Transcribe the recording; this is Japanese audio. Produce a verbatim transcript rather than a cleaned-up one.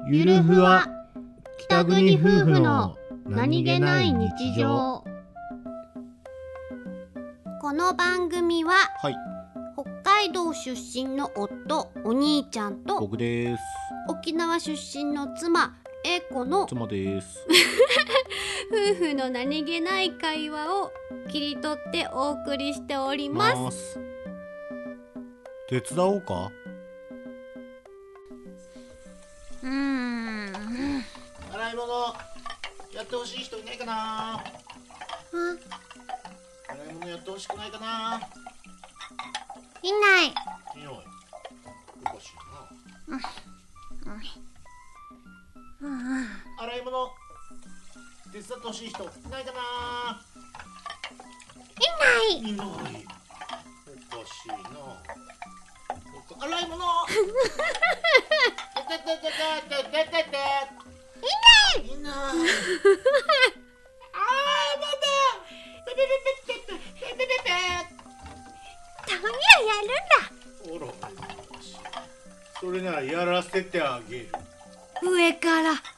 ゆるふわ北国夫婦の何気ない日常。 この番組は、 はい、 北海道出身の夫お兄ちゃんと僕です。 沖縄出身の妻英子の妻です夫婦の何気ない会話を切り取ってお送りしております。 ます手伝おうか。 うーん洗い物やってほしい人いないかな。 あ洗い物やってほしくないかな。 いない。 いない。おかしいな。洗い物手伝ってほしい人いないかな。 いない。 いない。おかしいな。洗い物ててててててててていない。いない。あー、ママペペペペペペペペペ。 たまにはやるんだ。 おら、それならやらせてあげる。 上から